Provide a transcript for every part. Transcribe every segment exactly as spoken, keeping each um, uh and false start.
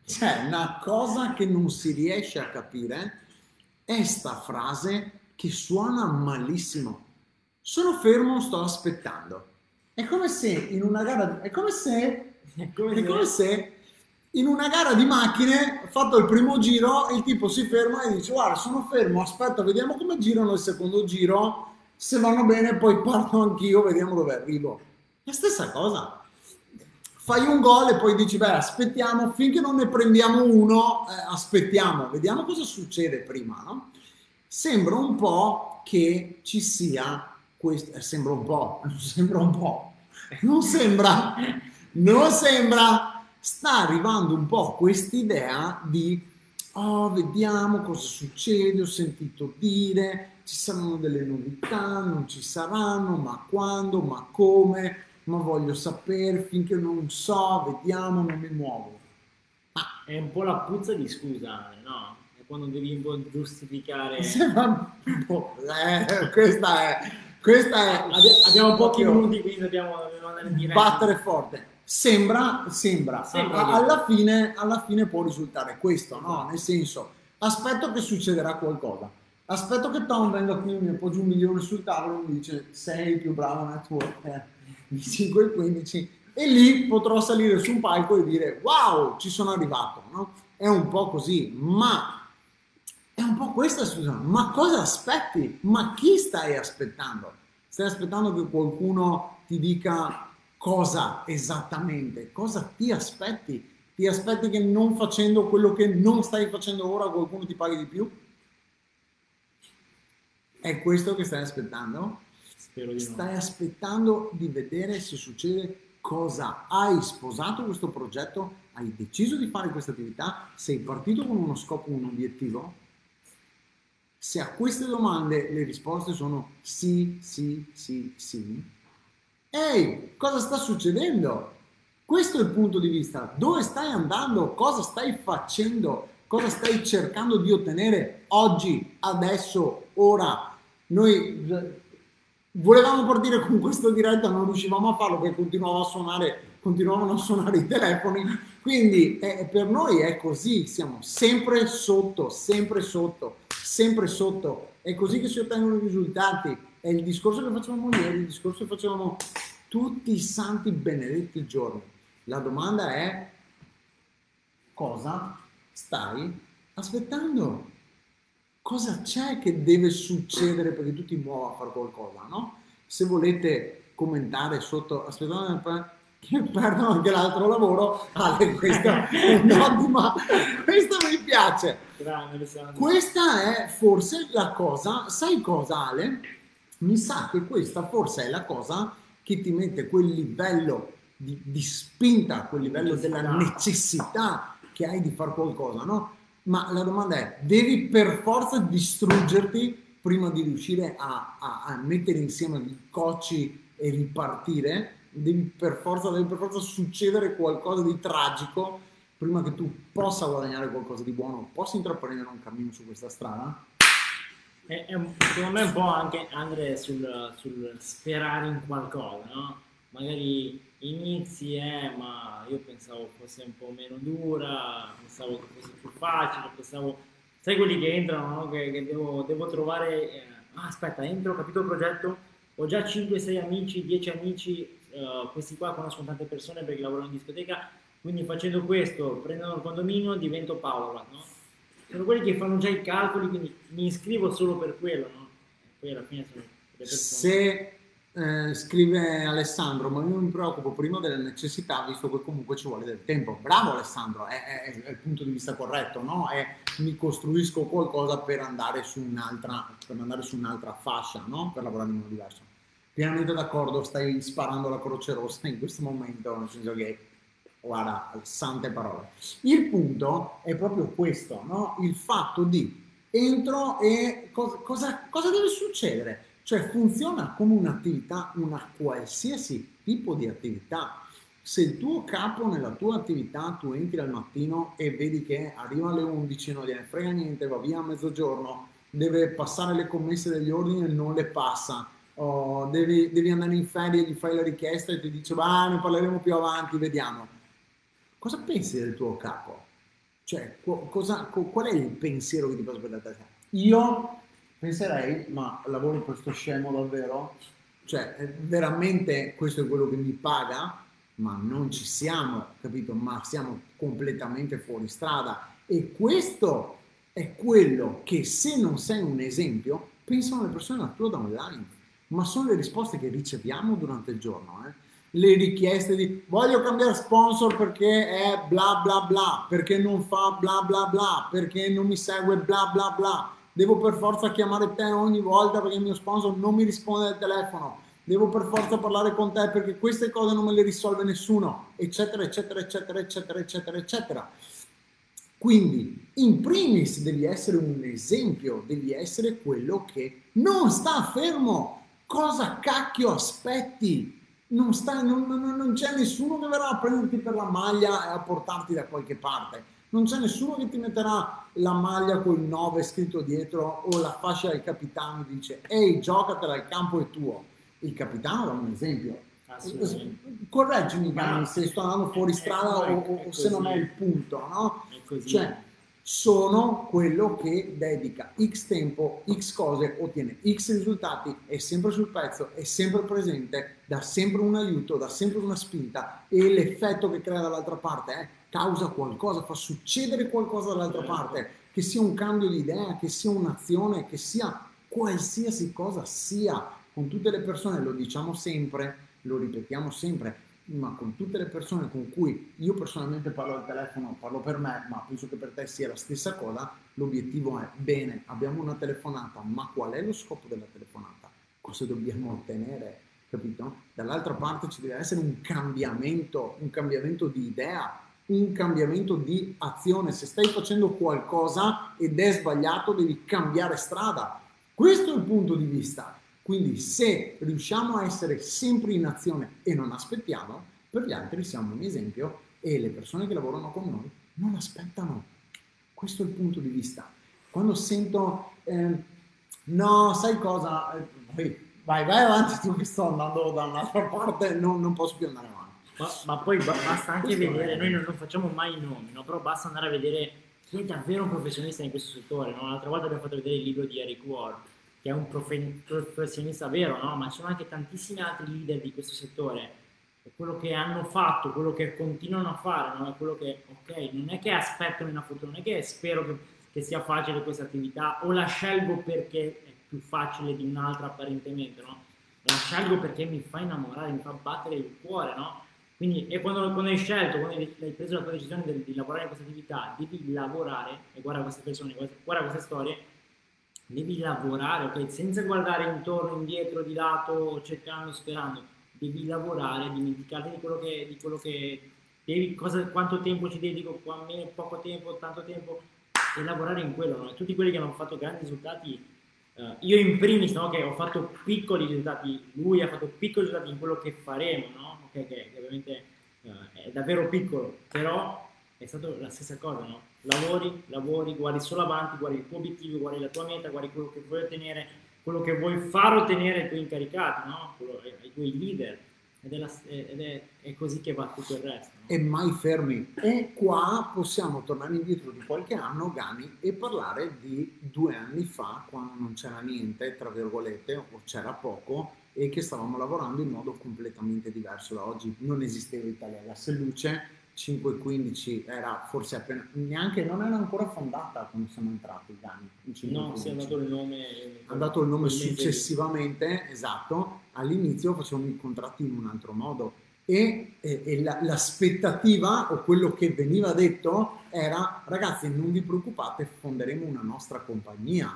C'è una cosa che non si riesce a capire, è sta frase che suona malissimo. Sono fermo, sto aspettando. È come se in una gara, è come se, È come è come se... se in una gara di macchine, fatto il primo giro, il tipo si ferma e dice: guarda, sono fermo, aspetta, vediamo come girano il secondo giro. Se vanno bene, poi parto anch'io, vediamo dove arrivo. È la stessa cosa. Fai un gol e poi dici: beh, aspettiamo finché non ne prendiamo uno, eh, aspettiamo, vediamo cosa succede prima, no? Sembra un po' che ci sia questo, eh, sembra un po', non sembra un po', non sembra, non sembra, sta arrivando un po' quest'idea di oh, vediamo cosa succede, ho sentito dire, ci saranno delle novità, non ci saranno, ma quando, ma come, ma voglio sapere finché non so, vediamo, non mi muovo. Ma È un po' la puzza di scusa, no? È quando devi un po' giustificare. sembra un po', eh, questa è, questa è Abbi- abbiamo pochi proprio minuti, quindi dobbiamo, dobbiamo andare in diretta. battere forte. Sembra, sembra, a- Sembra a- che... alla fine, alla fine può risultare questo, no? Esatto. Nel senso, aspetto che succederà qualcosa. Aspetto che Tom venga qui, mi appoggia un milione sul tavolo e mi dice sei il più bravo networker di cinque e quindici e lì potrò salire su un palco e dire wow, ci sono arrivato, no? È un po' così, ma è un po' questa, scusa, ma cosa aspetti? Ma chi stai aspettando? Stai aspettando che qualcuno ti dica cosa esattamente? Cosa ti aspetti? Ti aspetti che non facendo quello che non stai facendo ora qualcuno ti paghi di più? È questo che stai aspettando? Spero di no. Stai aspettando di vedere se succede cosa. Hai sposato questo progetto? Hai deciso di fare questa attività? Sei partito con uno scopo, un obiettivo? Se a queste domande le risposte sono sì, sì, sì, sì, ehi, cosa sta succedendo? Questo è il punto di vista. Dove stai andando? Cosa stai facendo? Cosa stai cercando di ottenere oggi, adesso, ora? Noi eh, volevamo partire con questo diretta, non riuscivamo a farlo perché continuava a suonare, continuavano a suonare i telefoni. Quindi eh, per noi è così, siamo sempre sotto, sempre sotto, sempre sotto. È così che si ottengono i risultati. È il discorso che facevamo ieri, il discorso che facevamo tutti i santi benedetti giorni. La domanda è: cosa stai aspettando? Cosa c'è che deve succedere perché tu ti muova a fare qualcosa, no? Se volete commentare sotto, aspettate che perdo anche l'altro lavoro, Ale, questa è un'ottima, questa mi piace. Grande, Alessandro. Questa è forse la cosa, sai cosa Ale? Mi sa che questa forse è la cosa che ti mette quel livello di, di spinta, quel livello della necessità che hai di fare qualcosa, no? Ma la domanda è, devi per forza distruggerti prima di riuscire a, a, a mettere insieme i cocci e ripartire? Devi per forza, deve per forza succedere qualcosa di tragico prima che tu possa guadagnare qualcosa di buono, possa intraprendere un cammino su questa strada? È, è un- secondo me un po' anche Andre sul, sul sperare in qualcosa, no? Magari inizi, eh, ma io pensavo fosse un po' meno dura, pensavo che fosse più facile, pensavo, sai quelli che entrano, no? Che, che devo, devo trovare, eh, ah, aspetta, entro, ho capito il progetto, ho già cinque sei amici, dieci amici, eh, questi qua conoscono tante persone perché lavorano in discoteca, quindi facendo questo, prendono il condominio, divento Paola, no? Sono quelli che fanno già i calcoli, quindi mi iscrivo solo per quello, no? E poi alla fine sono le persone. Se eh, scrive Alessandro, ma io mi preoccupo prima delle necessità, visto che comunque ci vuole del tempo. Bravo Alessandro, è, è- è il punto di vista corretto, no? È mi costruisco qualcosa per andare su un'altra, per andare su un'altra fascia, no? Per lavorare in modo diverso. Pienamente d'accordo, stai sparando la croce rossa in questo momento, nel senso che, guarda, sante parole. Il punto è proprio questo, no? Il fatto di entro e cosa, cosa, cosa deve succedere? Cioè funziona come un'attività, una qualsiasi tipo di attività. Se il tuo capo nella tua attività, tu entri al mattino e vedi che arriva alle undici, non gliene frega niente, va via a mezzogiorno, deve passare le commesse degli ordini e non le passa, oh, devi, devi andare in ferie, gli fai la richiesta e ti dice, va, ne parleremo più avanti, vediamo. Cosa pensi del tuo capo? Cioè, co- cosa, co- qual è il pensiero che ti passa per la testa? Io penserei, ma lavoro per sto scemo davvero? Cioè, eh, veramente questo è quello che mi paga? Ma non ci siamo, capito? Ma siamo completamente fuori strada. E questo è quello che, se non sei un esempio, pensano le persone alla tua da online. Ma sono le risposte che riceviamo durante il giorno, eh? Le richieste di voglio cambiare sponsor perché è bla bla bla, perché non fa bla bla bla, perché non mi segue bla bla bla, devo per forza chiamare te ogni volta perché il mio sponsor non mi risponde al telefono, devo per forza parlare con te perché queste cose non me le risolve nessuno, eccetera eccetera eccetera eccetera eccetera eccetera. Quindi, in primis devi essere un esempio, devi essere quello che non sta fermo. Cosa cacchio aspetti? Non, sta, non, non, non c'è nessuno che verrà a prenderti per la maglia e a portarti da qualche parte. Non c'è nessuno che ti metterà la maglia col nove scritto dietro o la fascia del capitano e dice ehi, giocatela, il campo è tuo. Il capitano dà un esempio. Correggimi, Gani, se sto andando fuori strada o, o, o se non è il punto, no? Cioè, sono quello che dedica X tempo, X cose, ottiene X risultati, è sempre sul pezzo, è sempre presente, dà sempre un aiuto, dà sempre una spinta e l'effetto che crea dall'altra parte eh, causa qualcosa, fa succedere qualcosa dall'altra parte, che sia un cambio di idea, che sia un'azione, che sia qualsiasi cosa sia, con tutte le persone, lo diciamo sempre, lo ripetiamo sempre, ma con tutte le persone con cui io personalmente parlo al telefono, parlo per me, ma penso che per te sia la stessa cosa, l'obiettivo è, bene, abbiamo una telefonata, ma qual è lo scopo della telefonata? Cosa dobbiamo ottenere? Capito? Dall'altra parte ci deve essere un cambiamento, un cambiamento di idea, un cambiamento di azione. Se stai facendo qualcosa ed è sbagliato, devi cambiare strada. Questo è il punto di vista. Quindi se riusciamo a essere sempre in azione e non aspettiamo, per gli altri siamo un esempio e le persone che lavorano con noi non aspettano. Questo è il punto di vista. Quando sento, eh, no, sai cosa, eh, vai, vai avanti tu che sto andando da un'altra parte, non, non posso più andare avanti. Ma, ma poi basta anche questo vedere, è... noi non, non facciamo mai i nomi, no? Però basta andare a vedere chi è davvero un professionista in questo settore. No? L'altra volta abbiamo fatto vedere il libro di Eric Ward, che è un profe- professionista vero, no? Ma ci sono anche tantissimi altri leader di questo settore. E quello che hanno fatto, quello che continuano a fare, no? È quello che, ok, non è che aspettano in futuro, non è che spero che, che sia facile questa attività o la scelgo perché è più facile di un'altra apparentemente, no? La scelgo perché mi fa innamorare, mi fa battere il cuore, no? Quindi, e quando, quando hai scelto, quando hai, hai preso la tua decisione di, di lavorare in questa attività, devi lavorare, e guarda queste persone, guarda queste storie, devi lavorare, ok? Senza guardare intorno, indietro, di lato, cercando, sperando. Devi lavorare, dimenticarti di quello che, di quello che devi, cosa, quanto tempo ci dedico, quanto, poco tempo, tanto tempo, e lavorare in quello, no? E tutti quelli che hanno fatto grandi risultati, uh, io in primis, no? Che ho fatto piccoli risultati, lui ha fatto piccoli risultati in quello che faremo, no? Okay, che, che ovviamente uh, è davvero piccolo, però è stato la stessa cosa, no? Lavori, lavori, guardi solo avanti, guardi il tuo obiettivo, guardi la tua meta, guardi quello che vuoi ottenere, quello che vuoi far ottenere ai tuoi incaricati, no? Quello, ai tuoi leader. Ed, è, la, ed è, è così che va tutto il resto. No? E mai fermi. E qua possiamo tornare indietro di qualche anno, Gani, e parlare di due anni fa, quando non c'era niente, tra virgolette, o c'era poco, e che stavamo lavorando in modo completamente diverso da oggi. Non esisteva Italia Gas e Luce, cinque e quindici era forse appena, neanche, non era ancora fondata quando siamo entrati, Gani. No, si è dato il nome. Ha dato il nome successivamente, esatto, all'inizio facevamo i contratti in un altro modo e, e, e la, l'aspettativa o quello che veniva detto era ragazzi non vi preoccupate, fonderemo una nostra compagnia.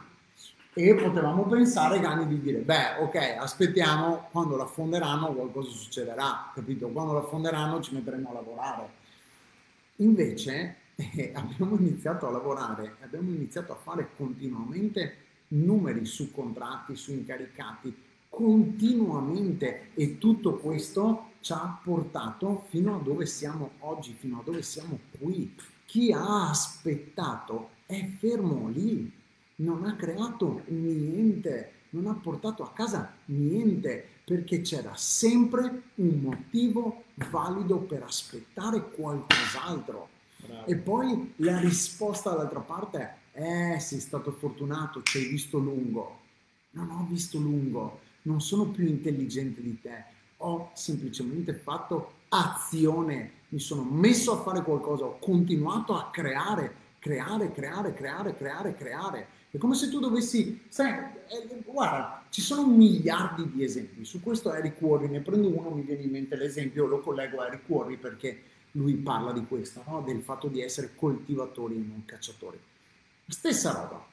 E potevamo pensare, Gani, di dire, beh, ok, aspettiamo, quando la fonderanno qualcosa succederà, capito? Quando la fonderanno ci metteremo a lavorare. Invece eh, abbiamo iniziato a lavorare, abbiamo iniziato a fare continuamente numeri su contratti, su incaricati, continuamente, e tutto questo ci ha portato fino a dove siamo oggi, fino a dove siamo qui. Chi ha aspettato è fermo lì, non ha creato niente, non ha portato a casa niente, perché c'era sempre un motivo valido per aspettare qualcos'altro. Bravo. E poi la risposta dall'altra parte è, eh, sei stato fortunato, ci hai visto lungo. Non ho visto lungo, non sono più intelligente di te, ho semplicemente fatto azione, mi sono messo a fare qualcosa, ho continuato a creare, creare, creare, creare, creare, creare. È come se tu dovessi, sai, eh, guarda, ci sono miliardi di esempi, su questo Eric Worre, ne prendo uno, mi viene in mente l'esempio, lo collego a Eric Worre perché lui parla di questo, no? Del fatto di essere coltivatori e non cacciatori. Stessa roba.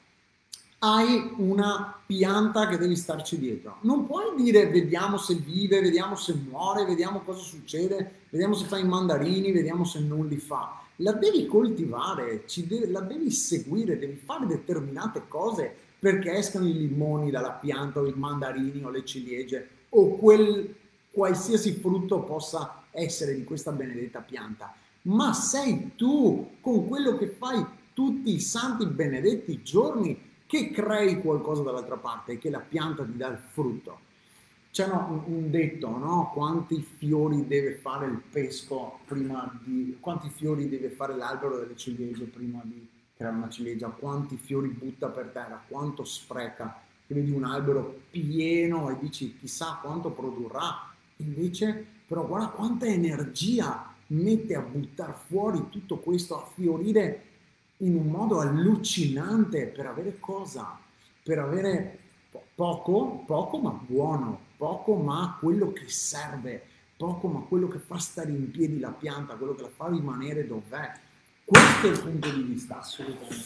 Hai una pianta che devi starci dietro. Non puoi dire vediamo se vive, vediamo se muore, vediamo cosa succede, vediamo se fa i mandarini, vediamo se non li fa. La devi coltivare, ci deve, la devi seguire, devi fare determinate cose perché escano i limoni dalla pianta o i mandarini o le ciliegie o quel qualsiasi frutto possa essere di questa benedetta pianta. Ma sei tu con quello che fai tutti i santi benedetti giorni che crei qualcosa dall'altra parte e che la pianta ti dà il frutto. C'è un, un detto, no? Quanti fiori deve fare il pesco prima di... quanti fiori deve fare l'albero delle ciliegie prima di creare una ciliegia? Quanti fiori butta per terra? Quanto spreca? Che vedi un albero pieno e dici chissà quanto produrrà. Invece, però guarda quanta energia mette a buttare fuori tutto questo, a fiorire in un modo allucinante per avere cosa? Per avere poco, poco ma buono, poco ma quello che serve, poco ma quello che fa stare in piedi la pianta, quello che la fa rimanere dov'è. Questo è il punto di vista. Assolutamente.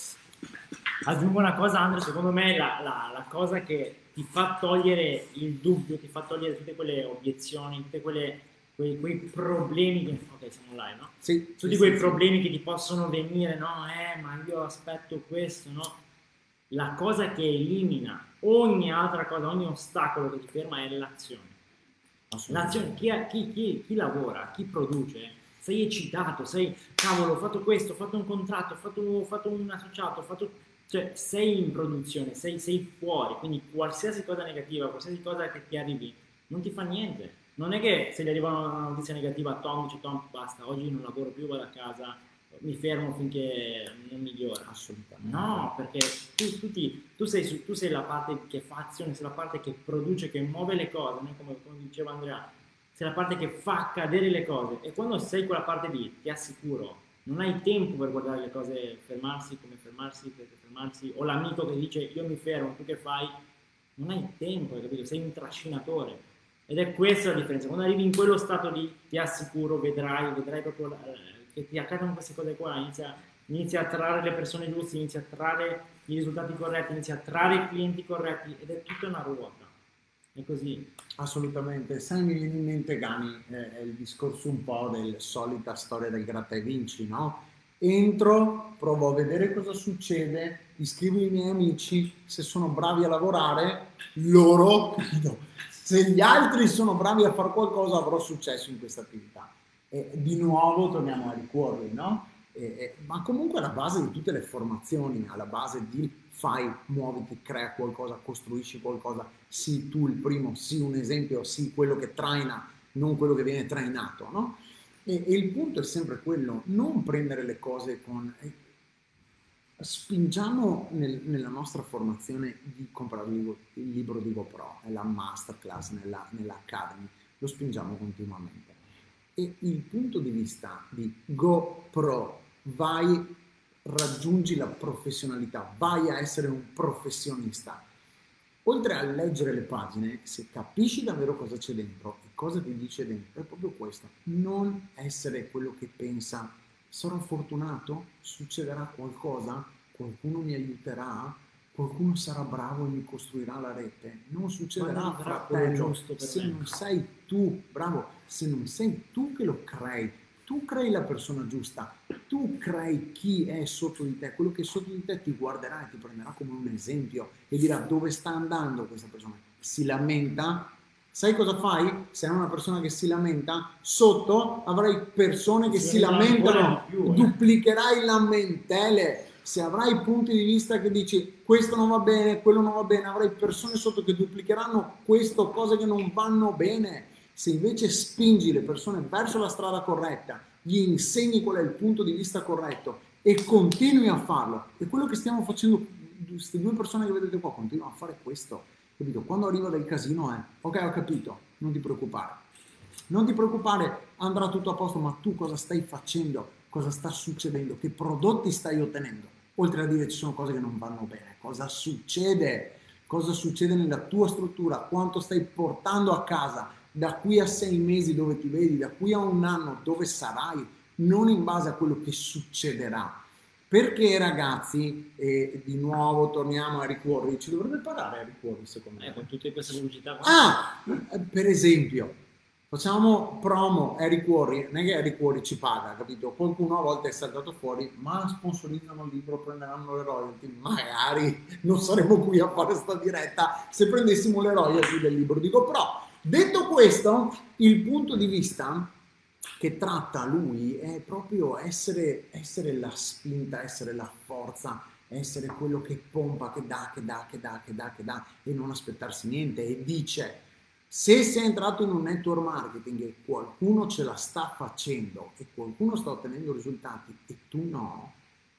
Aggiungo una cosa, Andrea, secondo me la, la, la cosa che ti fa togliere il dubbio, ti fa togliere tutte quelle obiezioni, tutte quelle Quei, quei problemi che, ok, siamo online, no? Sì, tutti sì, quei sì, problemi sì. che ti possono venire, no? Eh, ma io aspetto questo, no? La cosa che elimina ogni altra cosa, ogni ostacolo che ti ferma è l'azione. L'azione, chi, chi, chi, chi lavora, chi produce, sei eccitato, sei, cavolo, ho fatto questo, ho fatto un contratto, ho fatto, ho fatto un associato, ho fatto, cioè sei in produzione, sei, sei fuori, quindi qualsiasi cosa negativa, qualsiasi cosa che ti arrivi, non ti fa niente. Non è che se gli arriva una notizia negativa a Tom, dice Tom, basta, oggi non lavoro più, vado a casa, mi fermo finché non migliora. Assolutamente. No, perché tu, tu, ti, tu, sei, tu sei la parte che fa azione, sei la parte che produce, che muove le cose, no? come, come diceva Andrea, sei la parte che fa accadere le cose. E quando sei quella parte lì, ti assicuro, non hai tempo per guardare le cose, fermarsi, come fermarsi, perché fermarsi, o l'amico che dice io mi fermo, tu che fai? Non hai tempo, hai capito? Sei un trascinatore. Ed è questa la differenza. Quando arrivi in quello stato lì, ti assicuro, vedrai, vedrai proprio eh, che ti accadono queste cose qua, inizia, inizia a attrarre le persone giuste, inizia a attrarre i risultati corretti, inizia a attrarre i clienti corretti ed è tutta una ruota. È così. Assolutamente. Sai, mi viene in mente, Gani, eh, è il discorso un po' del solita storia del gratta e vinci, no? Entro, provo a vedere cosa succede, iscrivo i miei amici, se sono bravi a lavorare, loro, se gli altri sono bravi a fare qualcosa avrò successo in questa attività. E di nuovo torniamo ai ricordi, no? E, e, ma comunque alla base di tutte le formazioni, alla base di fai, muoviti, crea qualcosa, costruisci qualcosa, sii tu il primo, sii un esempio, sii quello che traina, non quello che viene trainato, no? E, e il punto è sempre quello, non prendere le cose con... Eh, spingiamo nel, nella nostra formazione di comprare il libro, il libro di GoPro, nella masterclass, nella, nell'Academy, lo spingiamo continuamente. E il punto di vista di GoPro, vai, raggiungi la professionalità, vai a essere un professionista. Oltre a leggere le pagine, se capisci davvero cosa c'è dentro e cosa ti dice dentro, è proprio questo. Non essere quello che pensa, sarò fortunato, succederà qualcosa, qualcuno mi aiuterà, qualcuno sarà bravo e mi costruirà la rete. Non succederà, fratello, se non sei tu, bravo, se non sei tu che lo crei, tu crei la persona giusta, tu crei chi è sotto di te, quello che è sotto di te ti guarderà e ti prenderà come un esempio e dirà dove sta andando questa persona. Si lamenta, sai cosa fai? Se è una persona che si lamenta, sotto avrai persone che si, si lamentano, più, eh. duplicherai lamentele. Se avrai punti di vista che dici questo non va bene, quello non va bene, avrai persone sotto che duplicheranno questo, cose che non vanno bene. Se invece spingi le persone verso la strada corretta, gli insegni qual è il punto di vista corretto e continui a farlo. E quello che stiamo facendo, queste due persone che vedete qua continuano a fare questo, capito? Quando arriva del casino è, ok, ho capito, non ti preoccupare. Non ti preoccupare, andrà tutto a posto, ma tu cosa stai facendo? Cosa sta succedendo? Che prodotti stai ottenendo? Oltre a dire ci sono cose che non vanno bene, cosa succede? Cosa succede nella tua struttura? Quanto stai portando a casa? Da qui a sei mesi dove ti vedi, da qui a un anno dove sarai, non in base a quello che succederà. Perché ragazzi, e di nuovo torniamo a Eric Worre, ci dovrebbe pagare Eric Worre secondo me? Eh, con tutte queste pubblicità qua. Ah, per esempio, facciamo promo Eric Worre, non è che Eric Worre ci paga, capito? Qualcuno a volte è saltato fuori, ma sponsorizzano il libro, prenderanno le royalty, magari non saremmo qui a fare sta diretta se prendessimo le royalty del libro. Dico, però, detto questo, il punto di vista che tratta lui è proprio essere, essere la spinta, essere la forza, essere quello che pompa, che dà, che dà, che dà, che dà, che dà e non aspettarsi niente. E dice, se sei entrato in un network marketing e qualcuno ce la sta facendo e qualcuno sta ottenendo risultati e tu no,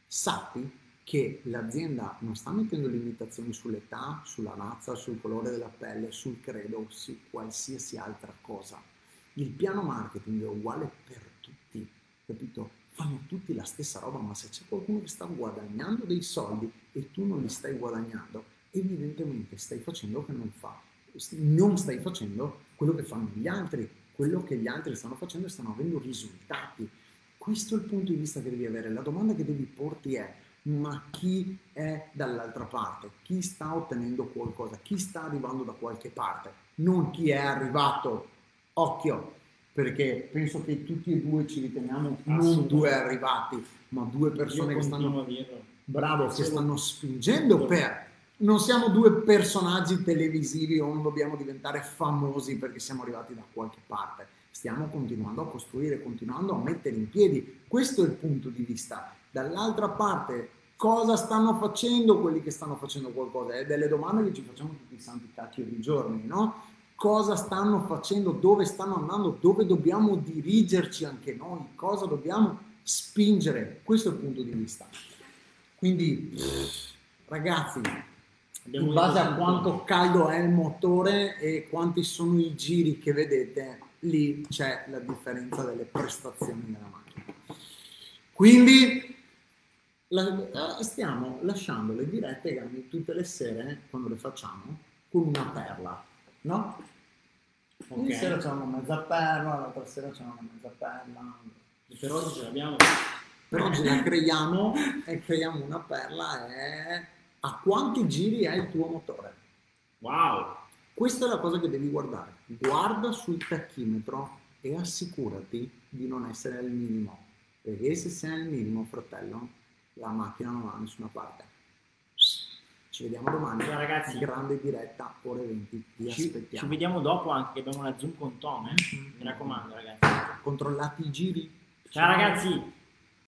sappi che l'azienda non sta mettendo limitazioni sull'età, sulla razza, sul colore della pelle, sul credo, su qualsiasi altra cosa. Il piano marketing è uguale per tutti, capito? Fanno tutti la stessa roba, ma se c'è qualcuno che sta guadagnando dei soldi e tu non li stai guadagnando, evidentemente stai facendo che non fa, non stai facendo quello che fanno gli altri, quello che gli altri stanno facendo e stanno avendo risultati. Questo è il punto di vista che devi avere. La domanda che devi porti è: ma chi è dall'altra parte? Chi sta ottenendo qualcosa? Chi sta arrivando da qualche parte? Non chi è arrivato. Occhio, perché penso che tutti e due ci riteniamo non due arrivati, ma due persone che stanno, bravo, che stanno spingendo per. Non siamo due personaggi televisivi o non dobbiamo diventare famosi perché siamo arrivati da qualche parte. Stiamo continuando a costruire, continuando a mettere in piedi. Questo è il punto di vista. Dall'altra parte, cosa stanno facendo quelli che stanno facendo qualcosa? È delle domande che ci facciamo tutti i santi cacchio di giorni, no? Cosa stanno facendo, dove stanno andando, dove dobbiamo dirigerci anche noi, cosa dobbiamo spingere. Questo è il punto di vista. Quindi, ragazzi, in base a quanto caldo è il motore e quanti sono i giri che vedete, lì c'è la differenza delle prestazioni della macchina. Quindi, la, stiamo lasciando le dirette Gami, tutte le sere, quando le facciamo, con una perla. No? Okay. Ieri sera c'è una mezza perla, l'altra sera c'è una mezza perla. E per oggi ce l'abbiamo. Per oggi la creiamo e creiamo una perla e a quanti giri è il tuo motore? Wow! Questa è la cosa che devi guardare. Guarda sul tachimetro e assicurati di non essere al minimo. Perché se sei al minimo, fratello, la macchina non va da nessuna parte. Ci vediamo domani, ciao ragazzi, grande diretta, ore venti, vi ci, aspettiamo. Ci vediamo dopo anche, che abbiamo una Zoom con Tom, eh? Mi raccomando ragazzi. Controllate i giri. Ciao, ciao ragazzi!